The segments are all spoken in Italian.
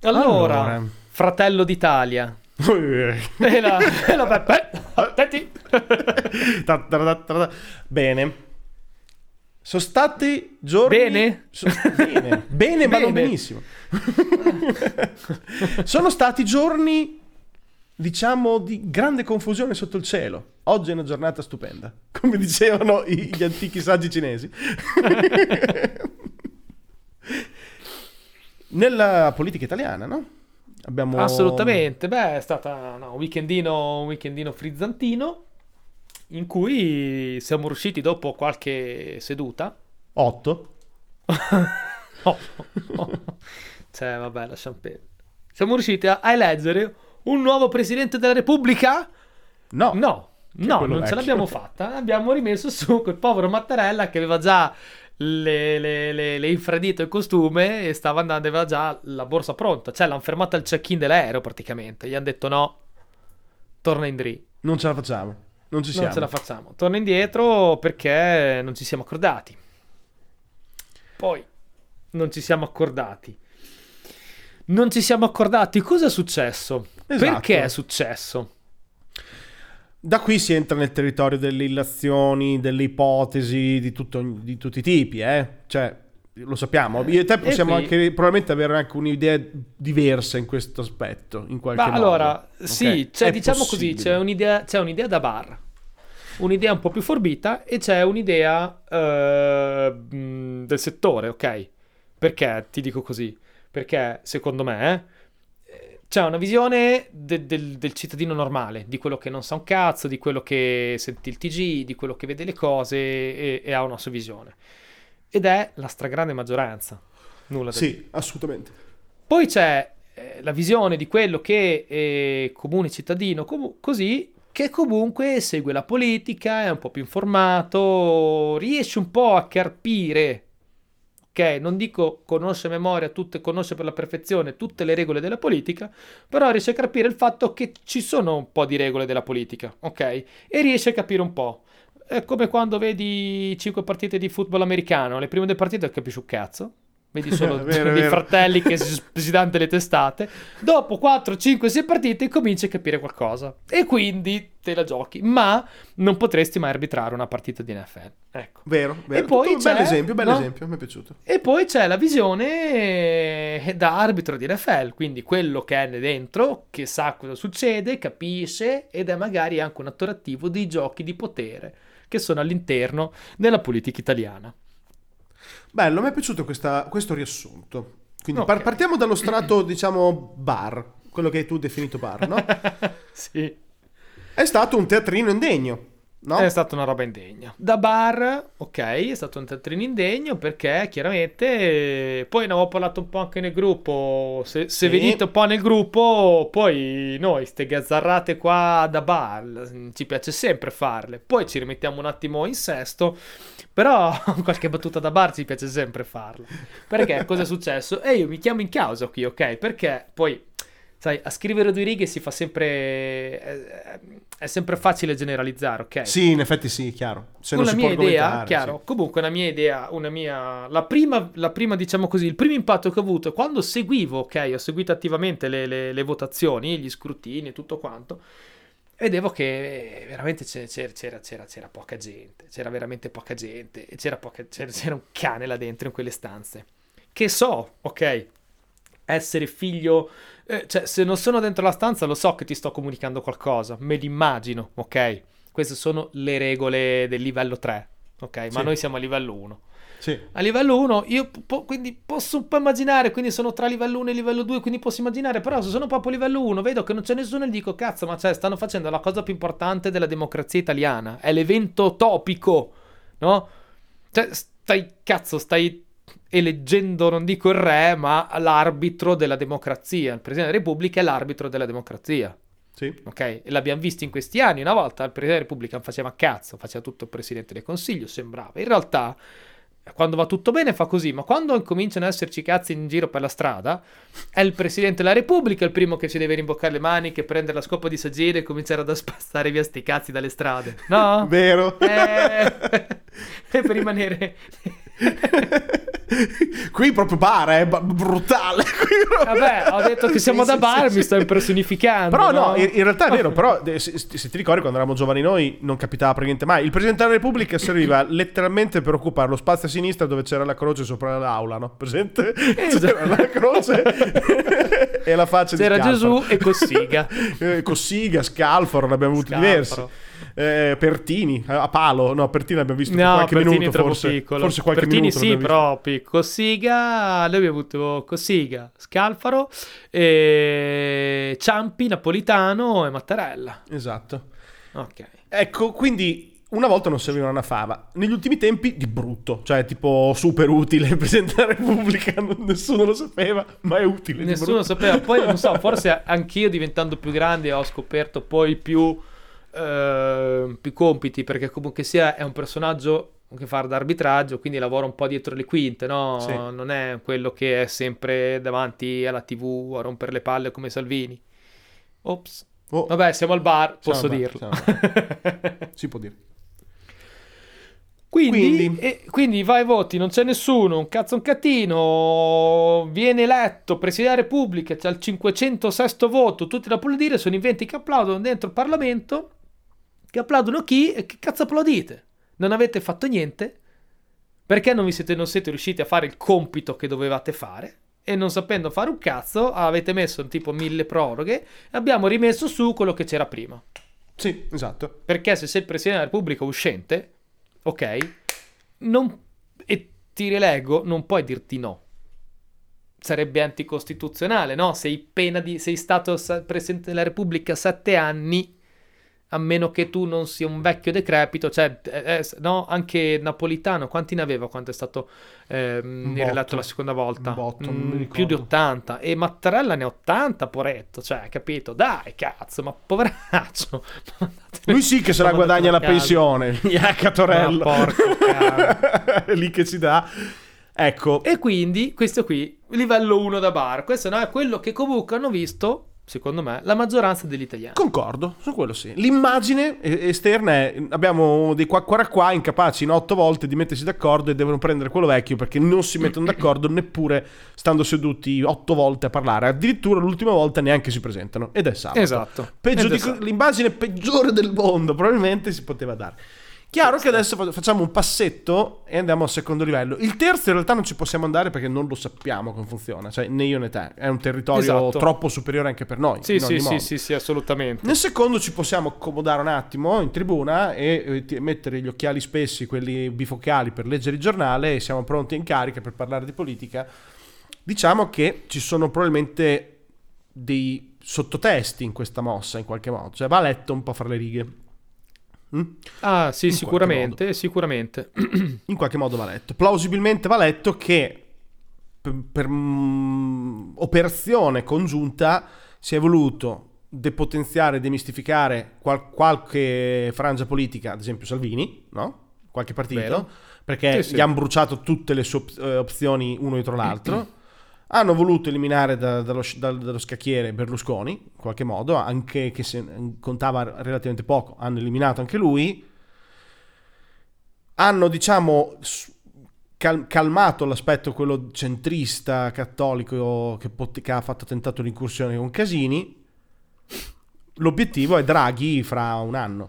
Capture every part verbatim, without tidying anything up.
Allora, Allora. fratello d'Italia. E la, e la Peppe. Attenti. Ta- ta- ta- ta- Bene. Sono stati giorni... Bene? So- Bene, bene, ma non Bene. benissimo. Sono stati giorni, diciamo, di grande confusione sotto il cielo. Oggi è una giornata stupenda, come dicevano i- gli antichi saggi cinesi. Nella politica italiana, no? Abbiamo... Assolutamente. Beh, è stata no, un weekendino, un weekendino frizzantino in cui siamo riusciti dopo qualche seduta. Otto. Oh, oh. Cioè, vabbè, lasciamo perdere. Siamo riusciti a, a eleggere un nuovo presidente della Repubblica? No. No, Che no, quello non ce vecchio. l'abbiamo fatta. Abbiamo rimesso su quel povero Mattarella che aveva già le, le, le, le infradito in costume e stava andando, aveva già la borsa pronta. Cioè, l'hanno fermato al check-in dell'aereo praticamente. Gli hanno detto no, torna indietro. Non ce la facciamo. Non ci siamo. Non ce la facciamo. Torna indietro perché non ci siamo accordati. Poi non ci siamo accordati. Non ci siamo accordati. Cosa è successo? Esatto. Perché è successo? Da qui si entra nel territorio delle illazioni, delle ipotesi di, tutto, di tutti i tipi, eh? Cioè, lo sappiamo. Io e te possiamo qui- anche probabilmente avere anche un'idea diversa in questo aspetto, in qualche Ma modo. allora, Ok? sì, c'è, È diciamo possibile. così, c'è un'idea, c'è un'idea da bar, un'idea un po' più forbita e c'è un'idea eh, mh, del settore, ok? Perché ti dico così? Perché secondo me eh, c'è una visione de- del, del cittadino normale, di quello che non sa un cazzo, di quello che sente il T G, di quello che vede le cose e, e ha una sua visione. Ed è la stragrande maggioranza. Nulla da dire. Sì, assolutamente. Poi c'è eh, la visione di quello che è comune cittadino, comu- così, che comunque segue la politica, è un po' più informato, riesce un po' a carpire, ok? Non dico conosce a memoria tutte, conosce per la perfezione tutte le regole della politica, però riesce a capire il fatto che ci sono un po' di regole della politica, ok? E riesce a capire un po'. È come quando vedi cinque partite di football americano, le prime due partite non capisci un cazzo. Vedi solo Vero, dei vero. fratelli che si si danno le testate. Dopo quattro, cinque, sei partite cominci a capire qualcosa. E quindi te la giochi. Ma non potresti mai arbitrare una partita di N F L. Ecco. Vero, vero. E poi Tutto- c'è- bello esempio, bello no? esempio, mi è piaciuto. E poi c'è la visione eh, da arbitro di N F L, quindi quello che è dentro, che sa cosa succede, capisce ed è magari anche un attore attivo dei giochi di potere che sono all'interno della politica italiana. Bello, mi è piaciuto questa- questo riassunto. Quindi Ok. par- partiamo dallo strato, diciamo, bar, quello che tu hai definito bar, no? Sì. È stato un teatrino indegno, no? È stata una roba indegna. Da bar, ok, è stato un teatrino indegno perché chiaramente eh, poi ne avevo parlato un po' anche nel gruppo. Se, se Sì. venite un po' nel gruppo, poi noi ste gazzarrate qua da bar ci piace sempre farle. Poi ci rimettiamo un attimo in sesto, però qualche battuta da bar ci piace sempre farla. Perché cosa è successo? E io mi chiamo in causa qui, ok? Perché poi sai, a scrivere due righe si fa sempre è, è sempre facile generalizzare, ok? Sì, in effetti sì, chiaro. Se non Una si mia può idea, argomentare, chiaro, sì. comunque una mia idea, una mia la prima, la prima diciamo così, il primo impatto che ho avuto è quando seguivo, ok, ho seguito attivamente le, le, le votazioni, gli scrutini e tutto quanto, vedevo che veramente c'era, c'era, c'era, c'era poca gente, c'era veramente poca gente e c'era, poca, c'era, c'era un cane là dentro in quelle stanze. Che so, ok, essere figlio, eh, cioè se non sono dentro la stanza lo so che ti sto comunicando qualcosa, me l'immagino, ok? Queste sono le regole del livello tre, ok? Ma Sì. noi siamo a livello uno. Sì. A livello uno io po- quindi posso un po' immaginare, quindi sono tra livello uno e livello due, quindi posso immaginare, però se sono proprio a livello uno vedo che non c'è nessuno e dico cazzo, ma cioè stanno facendo la cosa più importante della democrazia italiana, è l'evento topico, no? Cioè stai cazzo, stai eleggendo, non dico il re, ma l'arbitro della democrazia. Il Presidente della Repubblica è l'arbitro della democrazia. Sì. Ok? E l'abbiamo visto in questi anni. Una volta il Presidente della Repubblica non faceva cazzo, faceva tutto il Presidente del Consiglio, sembrava. In realtà, quando va tutto bene fa così, ma quando incominciano ad esserci cazzi in giro per la strada, è il Presidente della Repubblica il primo che ci deve rimboccare le maniche, prendere la scopa di saggire e cominciare ad spazzare via sti cazzi dalle strade. No? Vero. Eh, e per rimanere Qui proprio bar, è eh, brutale. Vabbè, ho detto che siamo sì, da sì, bar, sì, mi sì. sto impersonificando. Però no, no, in, in realtà è vero, però se, se ti ricordi quando eravamo giovani noi non capitava praticamente mai. Il Presidente della Repubblica serviva letteralmente per occupare lo spazio a sinistra dove c'era la croce sopra l'aula, no? Presente? Esatto. C'era la croce e la faccia c'era di Scalfaro. Gesù e Cossiga. Eh, Cossiga, Scalfaro, ne abbiamo avuti Scalfaro. diversi. Eh, Pertini a palo, no, Pertini l'abbiamo visto per No, qualche Pertini minuto è troppo forse. piccolo. Forse qualche Pertini minuto sì, l'abbiamo però piccolo. Cossiga, noi abbiamo avuto Cossiga, Scalfaro, e Ciampi, Napolitano e Mattarella. visto. Esatto. Ok. Ecco, quindi una volta non serviva una fava. Negli ultimi tempi di brutto, cioè tipo super utile il Presidente della Repubblica, non- nessuno lo sapeva, ma è utile. di Nessuno brutto. sapeva, poi non so, forse anch'io diventando più grande ho scoperto poi più, eh, più compiti, perché comunque sia è un personaggio che fa d'arbitraggio, quindi lavora un po' dietro le quinte, no? Sì. Non è quello che è sempre davanti alla tivù a rompere le palle come Salvini. Ops. Oh, Vabbè, siamo al bar, Siamo posso al bar, dirlo. siamo al si può dire. Quindi, Quindi- e- quindi vai ai voti, non c'è nessuno, un cazzo un catino, viene eletto Presidente della Repubblica, c'è il cinquecentosesto voto, tutti da applaudire, sono in venti che applaudono dentro il Parlamento, che applaudono chi? E che cazzo applaudite? Non avete fatto niente? Perché non vi siete, non siete riusciti a fare il compito che dovevate fare? E non sapendo fare un cazzo, avete messo tipo mille proroghe e abbiamo rimesso su quello che c'era prima. Sì, esatto. Perché se sei il Presidente della Repubblica uscente, ok, non, e ti rileggo, non puoi dirti no. Sarebbe anticostituzionale, no? Sei pena di, sei stato sa- Presidente della Repubblica sette anni, a meno che tu non sia un vecchio decrepito, cioè, eh, eh, no? Anche Napolitano, quanti ne aveva quando è stato ehm, Un rieletto botto. la seconda volta? Un botto, non Mm, mi più di ricordo. ottanta. E Mattarella ne ha ottanta, poretto, cioè, capito? Dai, cazzo, ma poveraccio. Lui sì che se la guadagna la Mandatelo a casa. pensione. Iacca Torello. Ma porco cane. È lì che ci dà. Ecco. E quindi questo qui, livello uno da bar, questo no, è quello che comunque hanno visto, secondo me, la maggioranza degli italiani. Concordo, su quello sì. L'immagine esterna è, abbiamo dei qua qua qua incapaci in otto volte di mettersi d'accordo e devono prendere quello vecchio perché non si mettono d'accordo neppure stando seduti otto volte a parlare. Addirittura l'ultima volta neanche si presentano. Ed è sabato. Esatto. Peggio Ed è di, sabato. l'immagine peggiore del mondo probabilmente si poteva dare. Chiaro che adesso fa- facciamo un passetto e andiamo al secondo livello. Il terzo in realtà non ci possiamo andare perché non lo sappiamo come funziona, cioè né io né te. È un territorio Esatto. troppo superiore anche per noi. Sì, in sì, ogni sì, modo. sì, sì, assolutamente. Nel secondo ci possiamo accomodare un attimo in tribuna e eh, ti- mettere gli occhiali spessi, quelli bifocali per leggere il giornale e siamo pronti in carica per parlare di politica. Diciamo che ci sono probabilmente dei sottotesti in questa mossa in qualche modo, cioè va letto un po' fra le righe. Mm? Ah, sì, In sicuramente, sicuramente. In qualche modo va letto. Plausibilmente va letto che per, per mm, operazione congiunta si è voluto depotenziare, demistificare qual- qualche frangia politica, ad esempio Salvini, no? Qualche partito, Vero. perché Sì, sì. gli hanno bruciato tutte le sue op- eh, opzioni uno dietro l'altro. Hanno voluto eliminare da- dallo, sc- dal- dallo scacchiere Berlusconi, in qualche modo, anche che se contava relativamente poco, hanno eliminato anche lui. Hanno, diciamo, s- cal- calmato l'aspetto quello centrista cattolico che, pot- che ha fatto tentato l'incursione con Casini. L'obiettivo è Draghi fra un anno.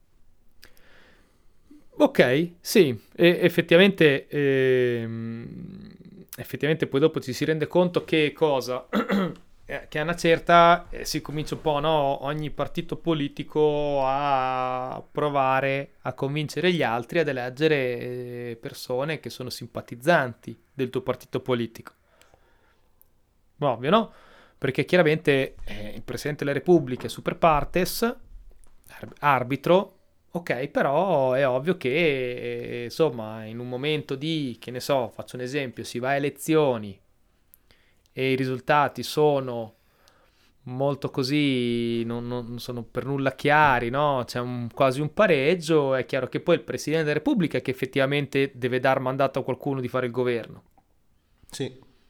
Ok, sì, e effettivamente, ehm, effettivamente poi dopo ci si rende conto che cosa? Eh, che a una certa eh, si comincia un po', no? Ogni partito politico a provare a convincere gli altri ad eleggere eh, persone che sono simpatizzanti del tuo partito politico. Ovvio, no? Perché chiaramente eh, il Presidente della Repubblica è super partes, ar- arbitro. Ok, però è ovvio che, eh, insomma, in un momento di, che ne so, faccio un esempio, si va a elezioni e i risultati sono molto così, non, non sono per nulla chiari, no? C'è un, quasi un pareggio, è chiaro che poi il Presidente della Repubblica è che effettivamente deve dar mandato a qualcuno di fare il governo. Sì.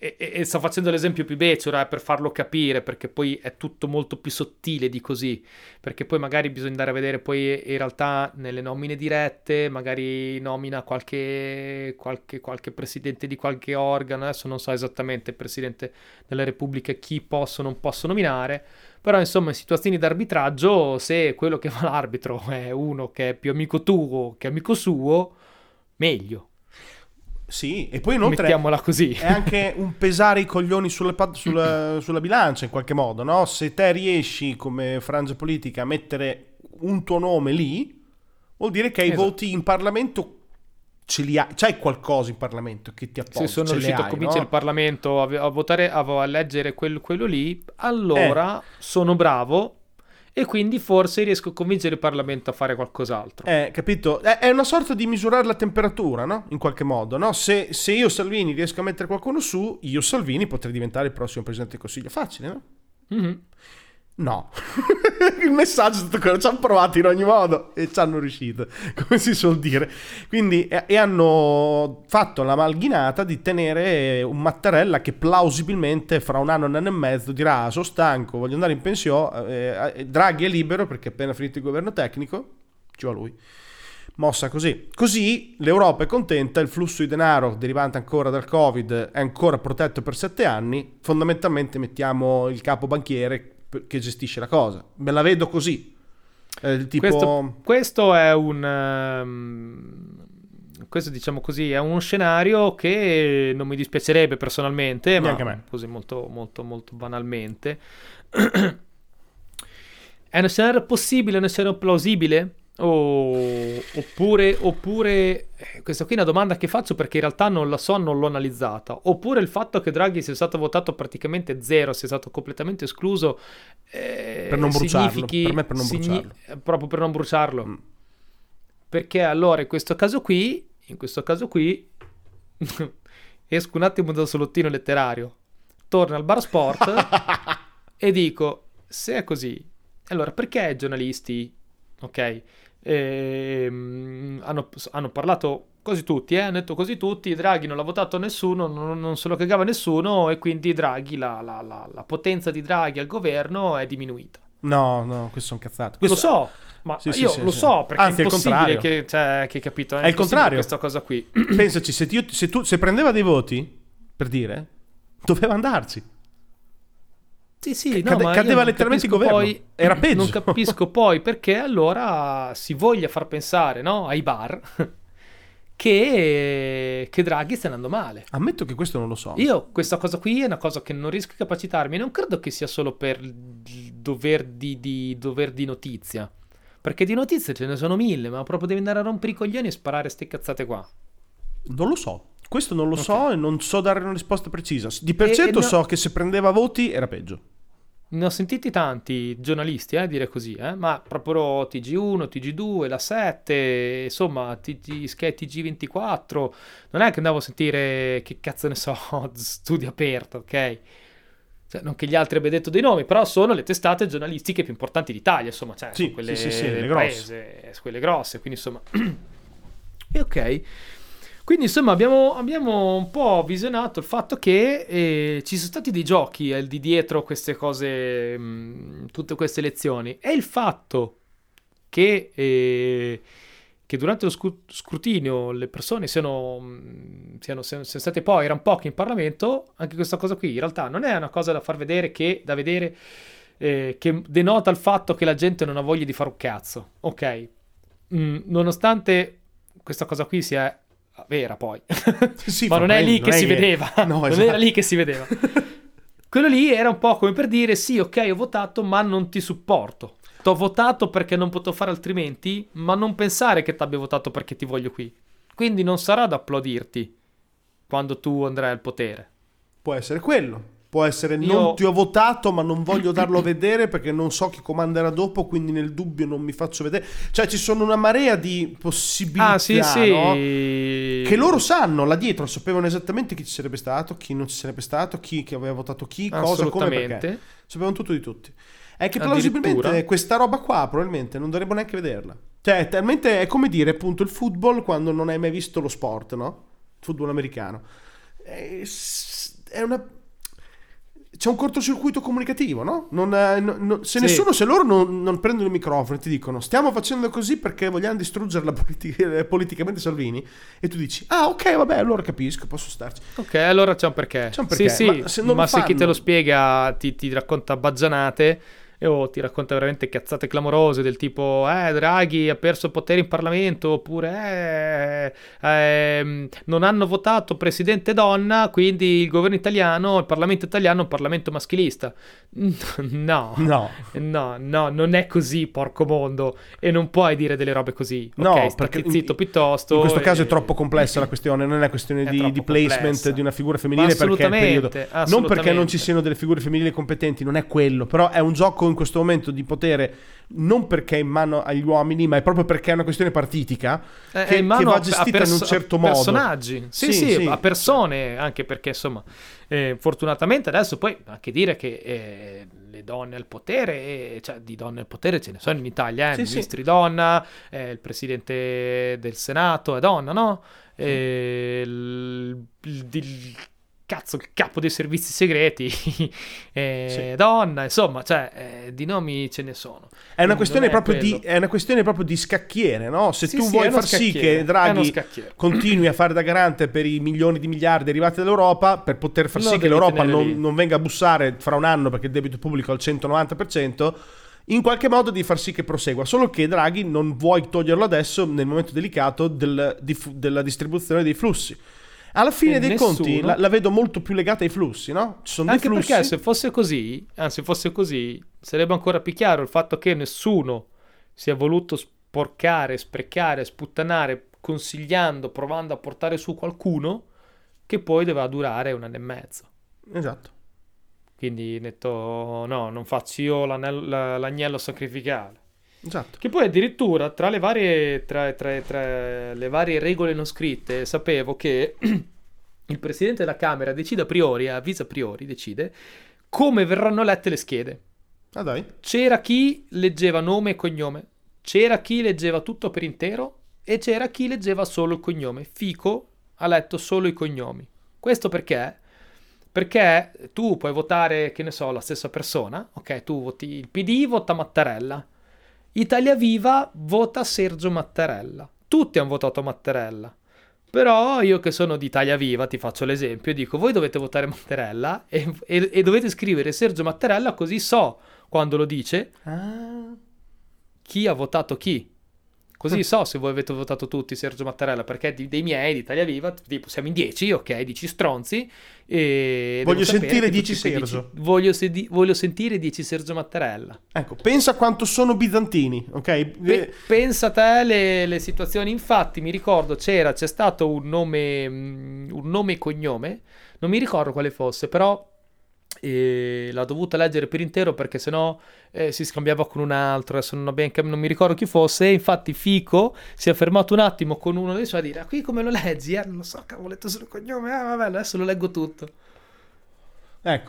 e, e sto facendo l'esempio più becero eh, per farlo capire, perché poi è tutto molto più sottile di così, perché poi magari bisogna andare a vedere poi in realtà nelle nomine dirette, magari nomina qualche, qualche, qualche presidente di qualche organo, adesso non so esattamente il presidente della Repubblica chi posso o non posso nominare, però insomma in situazioni di arbitraggio, se quello che fa l'arbitro è uno che è più amico tuo che amico suo, meglio. Sì, e poi inoltre mettiamola così. È anche un pesare i coglioni sulle, sulla, sulla bilancia in qualche modo, no? Se te riesci come frangia politica a mettere un tuo nome lì, vuol dire che hai esatto. voti in Parlamento, ce li hai, c'hai qualcosa in Parlamento che ti appoggia. Se sono ce riuscito hai, a convincere no? il Parlamento a, a votare, a, a leggere quel, quello lì, allora eh. sono bravo. E quindi forse riesco a convincere il Parlamento a fare qualcos'altro. Eh, capito? È una sorta di misurare la temperatura, no? In qualche modo, no? Se, se io Salvini riesco a mettere qualcuno su, io Salvini potrei diventare il prossimo Presidente del Consiglio. Facile, no? Mm-hmm. No. Il messaggio è stato quello, ci hanno provato in ogni modo e ci hanno riuscito, come si suol dire. Quindi, e, e hanno fatto la malghinata di tenere un Mattarella che plausibilmente fra un anno, un anno e mezzo dirà: sono stanco, voglio andare in pensione, eh, Draghi è libero perché è appena finito il governo tecnico, ci va lui. Mossa così. Così l'Europa è contenta, il flusso di denaro derivante ancora dal Covid è ancora protetto per sette anni, fondamentalmente mettiamo il capo banchiere che gestisce la cosa. Me la vedo così. Eh, tipo... questo, questo è un um, questo diciamo così è uno scenario che non mi dispiacerebbe personalmente, neanche ma a me. Così molto molto molto banalmente è uno scenario possibile, uno scenario plausibile? O, oppure, oppure questa qui è una domanda che faccio perché in realtà non la so, non l'ho analizzata. Oppure il fatto che Draghi sia stato votato praticamente zero, sia stato completamente escluso, eh, per non bruciarlo, per me per non signi- bruciarlo proprio per non bruciarlo. mm. Perché allora in questo caso qui in questo caso qui esco un attimo dal salottino letterario, torno al bar sport e dico: se è così, allora perché i giornalisti, ok, ehm, hanno, hanno parlato quasi tutti, eh, hanno detto quasi tutti, Draghi non l'ha votato nessuno, non, non se lo cagava nessuno, e quindi Draghi, la, la, la, la potenza di Draghi al governo è diminuita. No, no, questo sono cazzate. Questo... Lo so, ma sì, io sì, lo sì, so, sì. perché Anzi, è impossibile è il che, cioè, che capito, è, è il contrario questa cosa qui. Pensaci, se, ti, se tu se prendeva dei voti, per dire, doveva andarci. Sì, sì, Cade, no, ma cadeva letteralmente il governo. Poi, era peggio. Non capisco poi perché allora si voglia far pensare, no, ai bar che, che Draghi sta andando male. Ammetto che questo non lo so. Io questa cosa qui è una cosa che non riesco a capacitarmi. Non credo che sia solo per il dover di, di, dover di notizia, perché di notizie ce ne sono mille, ma proprio devi andare a rompere i coglioni e sparare ste cazzate qua. Non lo so. Questo non lo Okay. so e non so dare una risposta precisa. Di per E- certo e no- so che se prendeva voti era peggio. Ne ho sentiti tanti giornalisti eh, dire così, eh, ma proprio T G uno, T G due, la sette, insomma, T G, Sky T G ventiquattro. Non è che andavo a sentire, che cazzo ne so, Studio Aperto, ok? Cioè, non che gli altri abbia detto dei nomi, però sono le testate giornalistiche più importanti d'Italia, insomma, cioè, Sì, sono quelle sì, sì, sì, le del grosse. paese, quelle grosse, quindi insomma... E ok... Quindi insomma abbiamo, abbiamo un po' visionato il fatto che eh, ci sono stati dei giochi al di dietro queste cose, mh, tutte queste elezioni, e il fatto che, eh, che durante lo scu- scrutinio le persone siano, mh, siano, siano, siano state poi, erano poche in Parlamento, anche questa cosa qui in realtà non è una cosa da far vedere, che da vedere eh, che denota il fatto che la gente non ha voglia di fare un cazzo, ok? Mm, nonostante questa cosa qui sia vera poi Sì, ma fa non è preso, lì che non è si che- vedeva No, non esatto. era lì che si vedeva. Quello lì era un po' come per dire: sì, ok, ho votato ma non ti supporto, t'ho votato perché non potevo fare altrimenti, ma non pensare che t'abbia votato perché ti voglio qui, quindi non sarà da applaudirti quando tu andrai al potere. Può essere quello. Può essere non Io- ti ho votato ma non voglio darlo a vedere perché non so chi comanderà dopo, quindi nel dubbio non mi faccio vedere. Cioè ci sono una marea di possibilità, Ah sì sì, no? Che loro sanno, là dietro sapevano esattamente chi ci sarebbe stato, chi non ci sarebbe stato, chi che aveva votato chi, cosa, come, perché. assolutamente. Sapevano tutto di tutti. È che Addirittura. plausibilmente questa roba qua probabilmente non dovrebbero neanche vederla. Cioè, talmente è come dire appunto il football quando non hai mai visto lo sport, no? Il football americano. È, è una... c'è un cortocircuito comunicativo, no? Non, eh, no, no, se Sì. nessuno, se loro non, non prendono il microfono e ti dicono stiamo facendo così perché vogliamo distruggere la politica, politicamente Salvini, e tu dici ah ok vabbè allora capisco, posso starci. Ok, allora c'è un perché. C'è un perché, Sì, sì, ma se non ma lo se chi te fanno- lo spiega ti, ti racconta baggianate e o ti racconta veramente cazzate clamorose del tipo eh Draghi ha perso potere in Parlamento, oppure eh, ehm, non hanno votato presidente donna, quindi il governo italiano, il Parlamento italiano è un Parlamento maschilista. No, No. no, no, non è così, porco mondo, e non puoi dire delle robe così. No, Ok, stati perché in- zitto piuttosto. In questo caso e- è troppo complessa la questione, non è questione È di, troppo di placement complessa. di una figura femminile, perché è il Assolutamente, periodo. Non perché assolutamente. non ci siano delle figure femminili competenti, non è quello, però è un gioco in questo momento di potere non perché è in mano agli uomini, ma è proprio perché è una questione partitica È che, in mano che va a- gestita a perso- in un certo a modo. personaggi, sì, Sì, sì, sì. a persone, anche perché insomma, eh, fortunatamente adesso poi anche dire che eh, le donne al potere, eh, cioè di donne al potere ce ne sono in Italia, eh, Sì, sì. ministri donna, eh, il presidente del Senato è donna, no? Eh, il, il- il- cazzo, il capo dei servizi segreti è Sì. donna, insomma, cioè eh, di nomi ce ne sono. È una, Non questione è proprio quello. di, è una questione proprio di scacchiere, no? Se Sì, tu sì, vuoi è uno far sì scacchiere, che è uno Draghi scacchiere. continui a fare da garante per i milioni di miliardi arrivati dall'Europa, per poter far No, sì che devi l'Europa tenere lì. non, non venga a bussare fra un anno perché il debito pubblico è al centonovanta per cento, in qualche modo di far sì che prosegua, solo che Draghi non vuoi toglierlo adesso nel momento delicato del- di- della distribuzione dei flussi. Alla fine E dei nessuno- conti la, la vedo molto più legata ai flussi, no? Ci sono Anche dei flussi. perché se fosse così, anzi fosse così, sarebbe ancora più chiaro il fatto che nessuno si è voluto sporcare, sprecare, sputtanare, consigliando, provando a portare su qualcuno che poi doveva durare un anno e mezzo. Esatto. Quindi detto no, non faccio io l'anello- la- l'agnello sacrificale. Esatto. Che poi addirittura tra le varie, tra, tra- tra le varie regole non scritte sapevo che il presidente della Camera decide a priori, avvisa a priori, decide come verranno lette le schede. Ah dai. C'era chi leggeva nome e cognome, c'era chi leggeva tutto per intero e c'era chi leggeva solo il cognome. Fico ha letto solo i cognomi. Questo perché? Perché tu puoi votare, che ne so, la stessa persona, ok? Tu voti il P D, vota Mattarella. Italia Viva vota Sergio Mattarella. Tutti hanno votato Mattarella. Però io che sono di Italia Viva, ti faccio l'esempio, e dico voi dovete votare Mattarella e, e- e dovete scrivere Sergio Mattarella, così so quando lo dice Ah. chi ha votato chi. Così so se voi avete votato tutti Sergio Mattarella, perché di- dei miei di Italia Viva, tipo siamo in dieci, ok, dieci stronzi, e devo Voglio sapere sentire che dieci tutti quei Sergio. dieci voglio, sedi- voglio sentire dieci Sergio Mattarella. Ecco, pensa quanto sono bizantini, ok? Pe- Eh, pensa a te le, le situazioni. Infatti mi ricordo c'era c'è stato un nome mm, un nome e cognome, non mi ricordo quale fosse, però eh, l'ho dovuta leggere per intero perché sennò eh, si scambiava con un altro, adesso non, ho ben cap- non mi ricordo chi fosse, e infatti Fico si è fermato un attimo con uno dei suoi a dire ah, qui come lo leggi? Eh? Non lo so, cavolo, ho letto solo il cognome, ah, vabbè, adesso lo leggo tutto. ecco,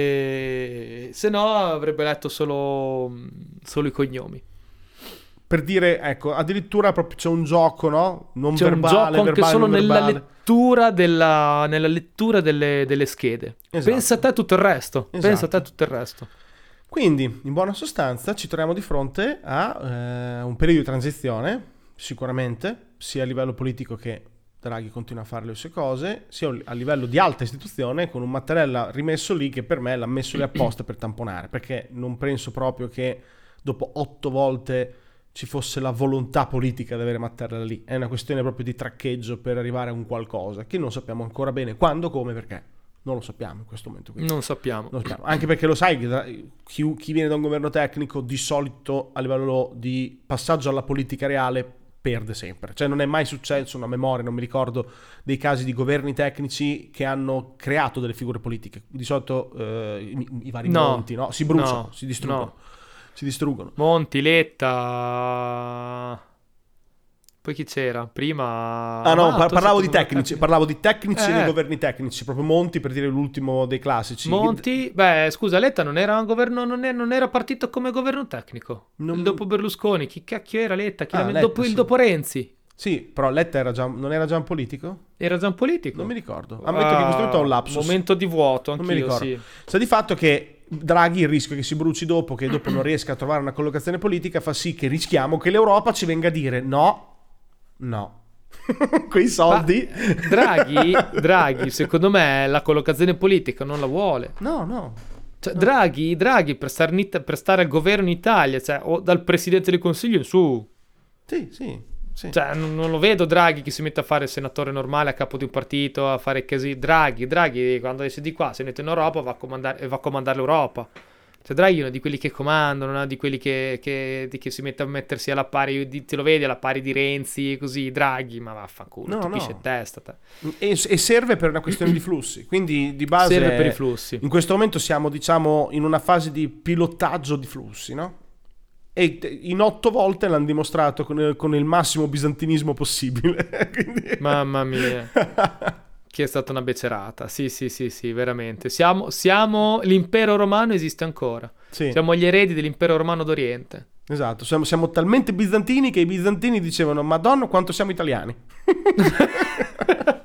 E se no avrebbe letto solo, solo i cognomi. per dire, ecco, addirittura proprio c'è un gioco, no? Non C'è un verbale, gioco anche verbale, solo non nella verbale. lettura, della, nella lettura delle, delle schede. Esatto. Pensa a te tutto il resto. Esatto. Pensa a te tutto il resto. Quindi, in buona sostanza, ci troviamo di fronte a eh, un periodo di transizione, sicuramente, sia a livello politico che Draghi continua a fare le sue cose, sia a livello di alta istituzione, con un Mattarella rimesso lì che per me l'ha messo lì apposta per tamponare, perché non penso proprio che dopo otto volte ci fosse la volontà politica di avere Mattarella lì. È una questione proprio di traccheggio per arrivare a un qualcosa, che non sappiamo ancora bene quando, come, perché. Non lo sappiamo in questo momento. Quindi. Non sappiamo. Non sappiamo. Anche perché lo sai, che chi, chi viene da un governo tecnico di solito a livello di passaggio alla politica reale perde sempre. Cioè non è mai successo, una memoria, non mi ricordo, dei casi di governi tecnici che hanno creato delle figure politiche. Di solito eh, i, i vari No. monti, no? Si bruciano, No. si distruggono. No. Si distruggono. Monti, Letta. Poi chi c'era? Prima. Ah no, Amato, par- parlavo di sotto- tecnici, parlavo di tecnici Eh. nei governi tecnici, proprio Monti per dire l'ultimo dei classici. Monti, beh, scusa, Letta non era un governo, non, è- non era partito come governo tecnico. Non- Il dopo Berlusconi, chi cacchio era Letta? Chi Ah, l'ha- Letta, dopo, sì. Il dopo Renzi. Sì, però Letta era già, non era già un politico? Era già un politico? Non mi ricordo. Ammetto che in questo momento ho un lapsus. Momento di vuoto, Non mi anch'io, ricordo. sì. Sta di fatto che Draghi, il rischio che si bruci dopo, che dopo non riesca a trovare una collocazione politica, fa sì che rischiamo che l'Europa ci venga a dire no, no. Quei soldi. Ma Draghi, Draghi, secondo me la collocazione politica non la vuole. No, no. Cioè, no. Draghi, Draghi per, stare in It- per stare al governo in Italia, cioè, o dal Presidente del Consiglio in su. Sì, sì. Sì. Cioè, non, non lo vedo Draghi che si mette a fare il senatore normale a capo di un partito, a fare così. Draghi, Draghi, quando esce di qua, se mette in Europa, va a comandare, va a comandare l'Europa. Cioè, Draghi è uno di quelli che comandano, uno di quelli che, che, di che si mette a mettersi alla pari, di, te lo vedi, alla pari di Renzi, così, Draghi, ma vaffanculo, No, capisce no. in testa. Te. E, e serve per una questione di flussi, quindi di base Serve per i flussi. In questo momento siamo, diciamo, in una fase di pilotaggio di flussi, no? E in otto volte l'hanno dimostrato con, con il massimo bizantinismo possibile. Quindi... Mamma mia. Che è stata una becerata. Sì, sì, sì, sì, veramente. Siamo, siamo... L'impero romano esiste ancora. Sì. Siamo gli eredi dell'impero romano d'Oriente. Esatto, siamo, siamo talmente bizantini che i bizantini dicevano Madonna quanto siamo italiani.